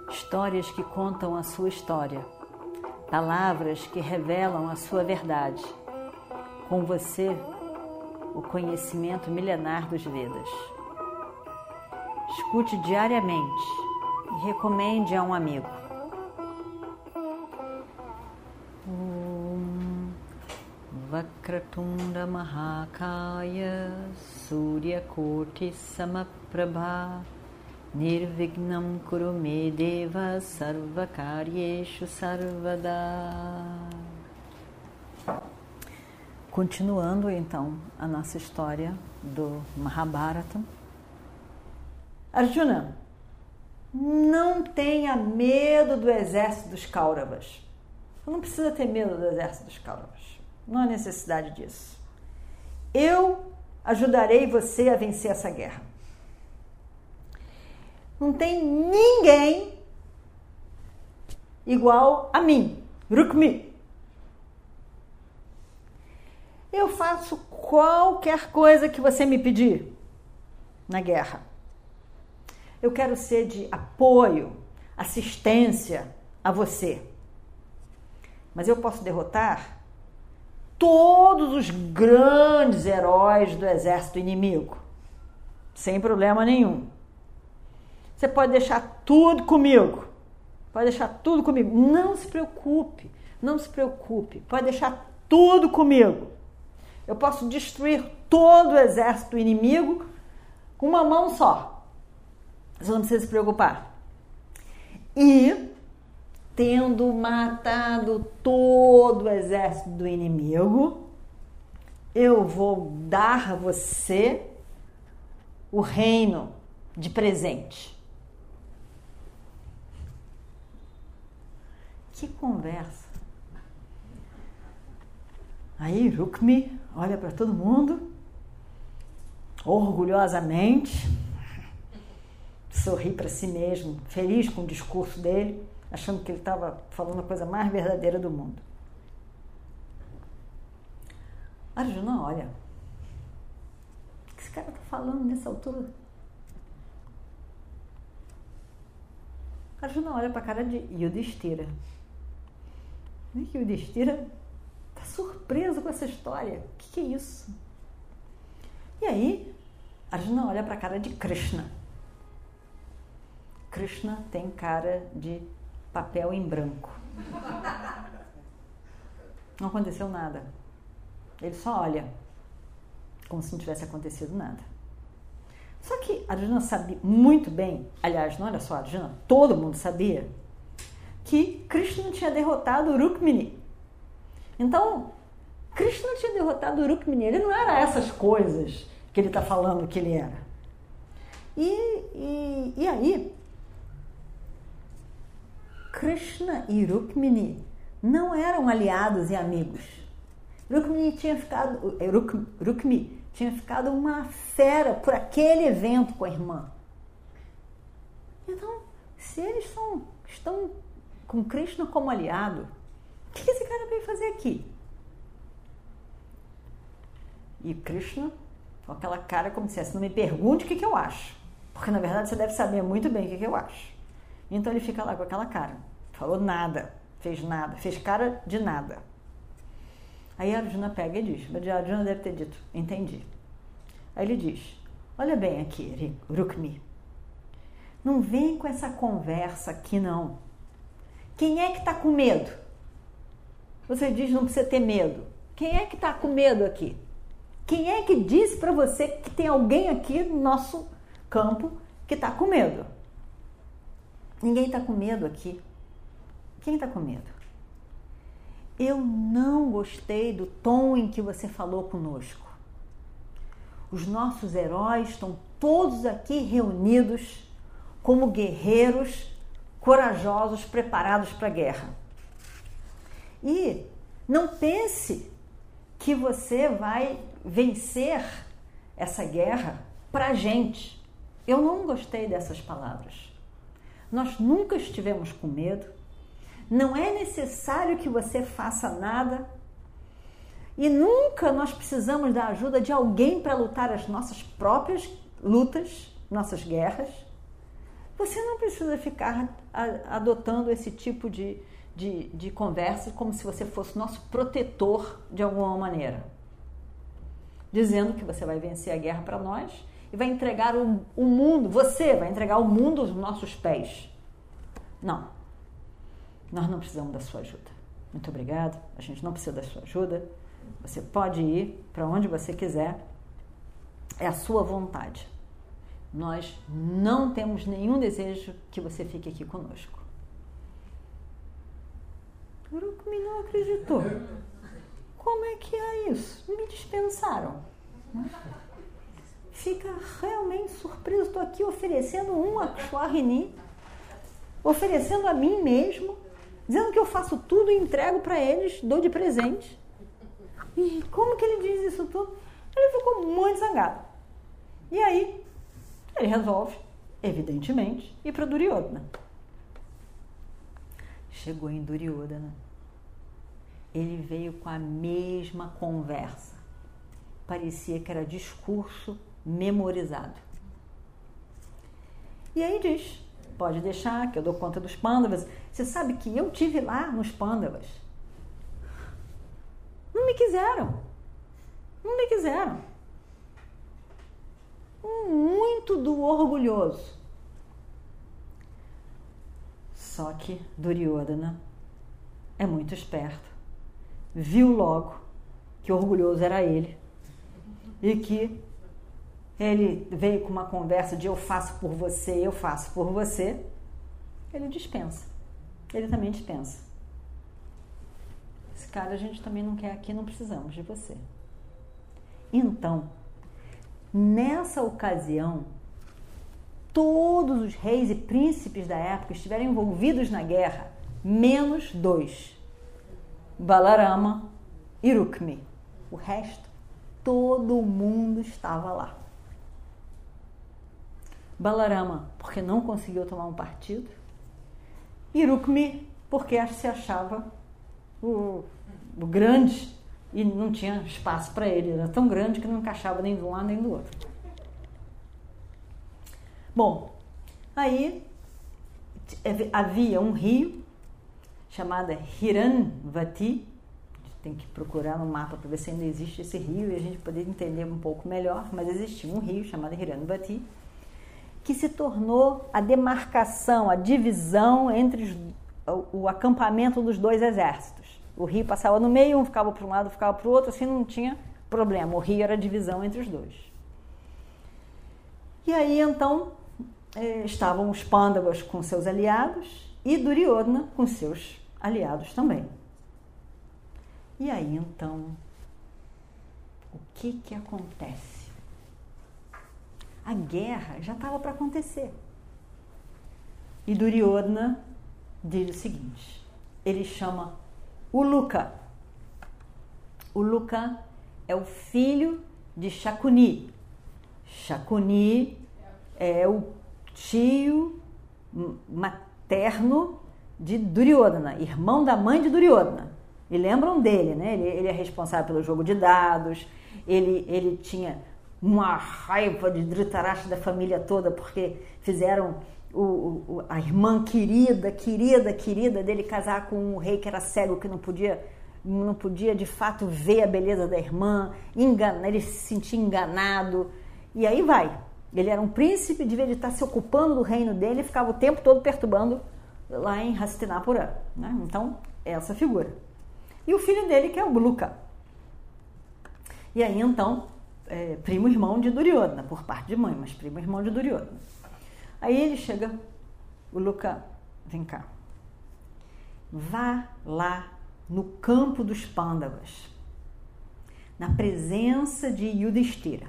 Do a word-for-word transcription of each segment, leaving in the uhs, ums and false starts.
histórias que contam a sua história, palavras que revelam a sua verdade. Com você, o conhecimento milenar dos Vedas. Escute diariamente e recomende a um amigo. Om Vakratunda Mahakaya Suryakoti Samaprabha Nirvignam Kurume Deva Sarvakaryeshu Sarvada. Continuando então a nossa história do Mahabharata. Arjuna, não tenha medo do exército dos Kauravas. Você não precisa ter medo do exército dos Kauravas. Não há necessidade disso. Eu ajudarei você a vencer essa guerra. Não tem ninguém igual a mim, Rukmi. Eu faço qualquer coisa que você me pedir na guerra. Eu quero ser de apoio, assistência a você. Mas eu posso derrotar todos os grandes heróis do exército inimigo, sem problema nenhum. Você pode deixar tudo comigo. Pode deixar tudo comigo. Não se preocupe, não se preocupe. Pode deixar tudo comigo. Eu posso destruir todo o exército inimigo com uma mão só. Você não precisa se preocupar. E, tendo matado todo o exército do inimigo, eu vou dar a você o reino de presente. Que conversa! Aí Rukmi olha para todo mundo, orgulhosamente, sorri para si mesmo, feliz com o discurso dele, achando que ele estava falando a coisa mais verdadeira do mundo. Arjuna olha, o que esse cara está falando nessa altura? Arjuna olha para a cara de Yudhishthira. E Yudhishthira está surpreso com essa história. O que, que é isso? E aí, Arjuna olha para a cara de Krishna. Krishna tem cara de papel em branco. Não aconteceu nada. Ele só olha, como se não tivesse acontecido nada. Só que Arjuna sabia muito bem, aliás, não era só Arjuna, todo mundo sabia, que Krishna tinha derrotado Rukmini. Então, Krishna tinha derrotado Rukmini, ele não era essas coisas que ele está falando que ele era. E, e, e aí, Krishna e Rukmini não eram aliados e amigos. Rukmini tinha ficado, Ruk, Rukmi tinha ficado uma fera por aquele evento com a irmã. Então, se eles são, estão com Krishna como aliado, o que esse cara veio fazer aqui? E Krishna, com aquela cara como se dissesse, não me pergunte o que, que eu acho, porque na verdade você deve saber muito bem o que, que eu acho. Então ele fica lá com aquela cara, falou nada, fez nada, fez cara de nada. Aí Arjuna pega e diz, mas Arjuna deve ter dito, entendi. Aí ele diz, olha bem aqui, Rukmi, não vem com essa conversa aqui não. Quem é que está com medo? Você diz não precisa ter medo. Quem é que está com medo aqui? Quem é que disse para você que tem alguém aqui no nosso campo que está com medo? Ninguém está com medo aqui. Quem está com medo? Eu não gostei do tom em que você falou conosco. Os nossos heróis estão todos aqui reunidos como guerreiros corajosos, preparados para a guerra. E não pense que você vai vencer essa guerra para a gente. Eu não gostei dessas palavras. Nós nunca estivemos com medo. Não é necessário que você faça nada. E nunca nós precisamos da ajuda de alguém para lutar as nossas próprias lutas, nossas guerras. Você não precisa ficar adotando esse tipo de, de, de conversa como se você fosse nosso protetor de alguma maneira. Dizendo que você vai vencer a guerra para nós e vai entregar o, o mundo, você vai entregar o mundo aos nossos pés. Não. Nós não precisamos da sua ajuda. Muito obrigado. A gente não precisa da sua ajuda. Você pode ir para onde você quiser. É a sua vontade. Nós não temos nenhum desejo que você fique aqui conosco. Urukmi não acreditou. Como é que é isso? Me dispensaram. Fica realmente surpreso. Estou aqui oferecendo um Akshwarini, oferecendo a mim mesmo, dizendo que eu faço tudo e entrego para eles, dou de presente. E como que ele diz isso tudo? Ele ficou muito zangado. E aí, ele resolve, evidentemente, ir para Duryodhana. Chegou em Duryodhana. Ele veio com a mesma conversa. Parecia que era discurso memorizado. E aí diz, pode deixar que eu dou conta dos Pandavas. Você sabe que eu tive lá nos Pandavas. Não me quiseram. Não me quiseram. Muito do orgulhoso. Só que Duryodhana é muito esperto. Viu logo que orgulhoso era ele e que ele veio com uma conversa de eu faço por você, eu faço por você. Ele dispensa. Ele também dispensa. Esse cara a gente também não quer aqui, não precisamos de você. Então, nessa ocasião, todos os reis e príncipes da época estiveram envolvidos na guerra, menos dois. Balarama e Rukmi. O resto, todo mundo estava lá. Balarama, porque não conseguiu tomar um partido. E Rukmi, porque se achava o, o grande e não tinha espaço para ele. Era tão grande que não encaixava nem de um lado nem do outro. Bom, aí havia um rio chamada Hiranvati. Tem que procurar no mapa para ver se ainda existe esse rio e a gente poder entender um pouco melhor, mas existia um rio chamado Hiranvati que se tornou a demarcação, a divisão entre os, o, o acampamento dos dois exércitos. O rio passava no meio, um ficava para um lado, ficava para o outro, assim não tinha problema, o rio era a divisão entre os dois. E aí então eh, estavam os Pandavas com seus aliados e Duryodhana com seus aliados também. E aí, então, o que que acontece? A guerra já estava para acontecer. E Duryodhana diz o seguinte, ele chama Uluka. Uluka é o filho de Shakuni. Shakuni é o tio materno de Duryodhana, irmão da mãe de Duryodhana. E lembram dele, né? Ele, ele é responsável pelo jogo de dados, ele, ele tinha uma raiva de Dhritarashtra da família toda, porque fizeram o, o, a irmã querida, querida, querida dele casar com um rei que era cego, que não podia, não podia de fato ver a beleza da irmã, engana, ele se sentia enganado, e aí vai. Ele era um príncipe, devia de estar se ocupando do reino dele, e ficava o tempo todo perturbando lá em Hastinapura, né? Então, essa figura. E o filho dele, que é o Uluka. E aí, então, é, primo irmão de Duryodhana, por parte de mãe, mas primo irmão de Duryodhana. Aí ele chega, o Uluka, vem cá, vá lá no campo dos Pandavas, na presença de Yudhishthira.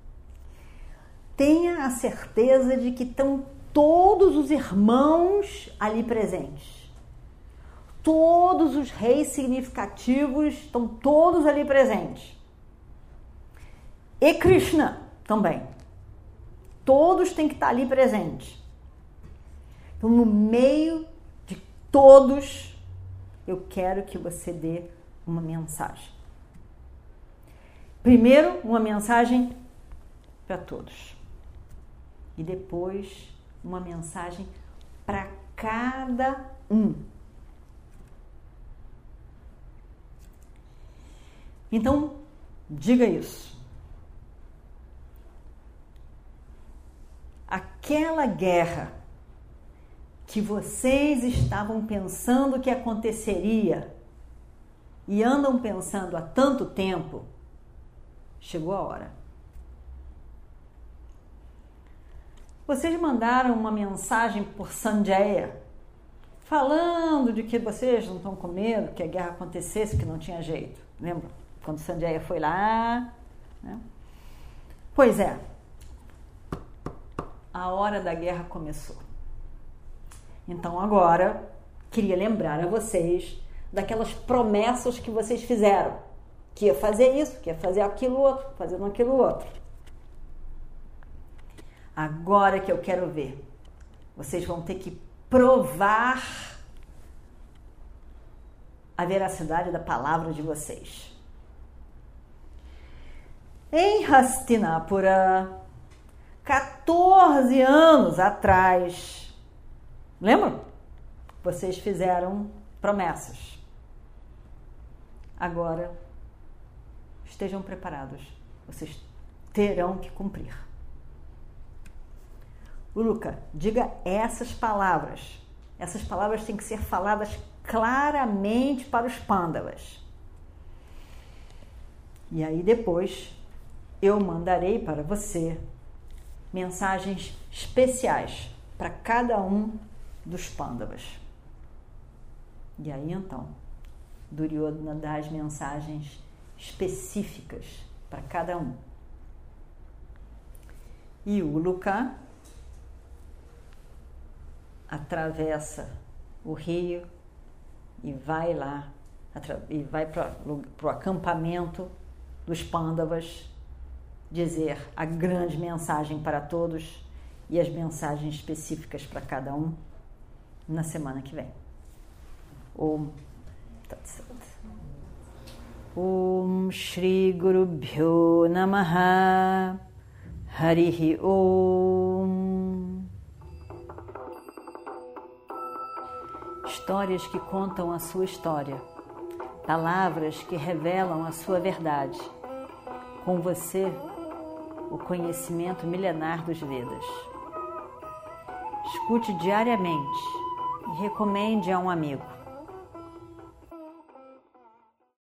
Tenha a certeza de que estão todos os irmãos ali presentes. Todos os reis significativos estão todos ali presentes. E Krishna também. Todos têm que estar ali presentes. Então, no meio de todos, eu quero que você dê uma mensagem. Primeiro, uma mensagem para todos. E depois, uma mensagem para cada um. Então, diga isso. Aquela guerra que vocês estavam pensando que aconteceria e andam pensando há tanto tempo, chegou a hora. Vocês mandaram uma mensagem por Sanjaya, falando de que vocês não estão com medo que a guerra acontecesse, que não tinha jeito. Lembra? Quando Sanjaya foi lá, né? Pois é, a hora da guerra começou. Então agora, queria lembrar a vocês daquelas promessas que vocês fizeram, que ia fazer isso, que ia fazer aquilo outro, fazendo aquilo outro. Agora que eu quero ver, vocês vão ter que provar a veracidade da palavra de vocês. Em Hastinapura, quatorze anos atrás, lembram? Vocês fizeram promessas. Agora, estejam preparados. Vocês terão que cumprir. Uruka, diga essas palavras. Essas palavras têm que ser faladas claramente para os Pandavas. E aí depois eu mandarei para você mensagens especiais para cada um dos Pandavas. E aí então, Duryodhana dá as mensagens específicas para cada um. E Uruka atravessa o rio e vai lá, e vai para o acampamento dos Pandavas dizer a grande mensagem para todos e as mensagens específicas para cada um na semana que vem. Om Tat Sat. Om Shri Guru Bhyo Namaha Harihi Om. Histórias que contam a sua história, palavras que revelam a sua verdade. Com você, o conhecimento milenar dos Vedas. Escute diariamente e recomende a um amigo.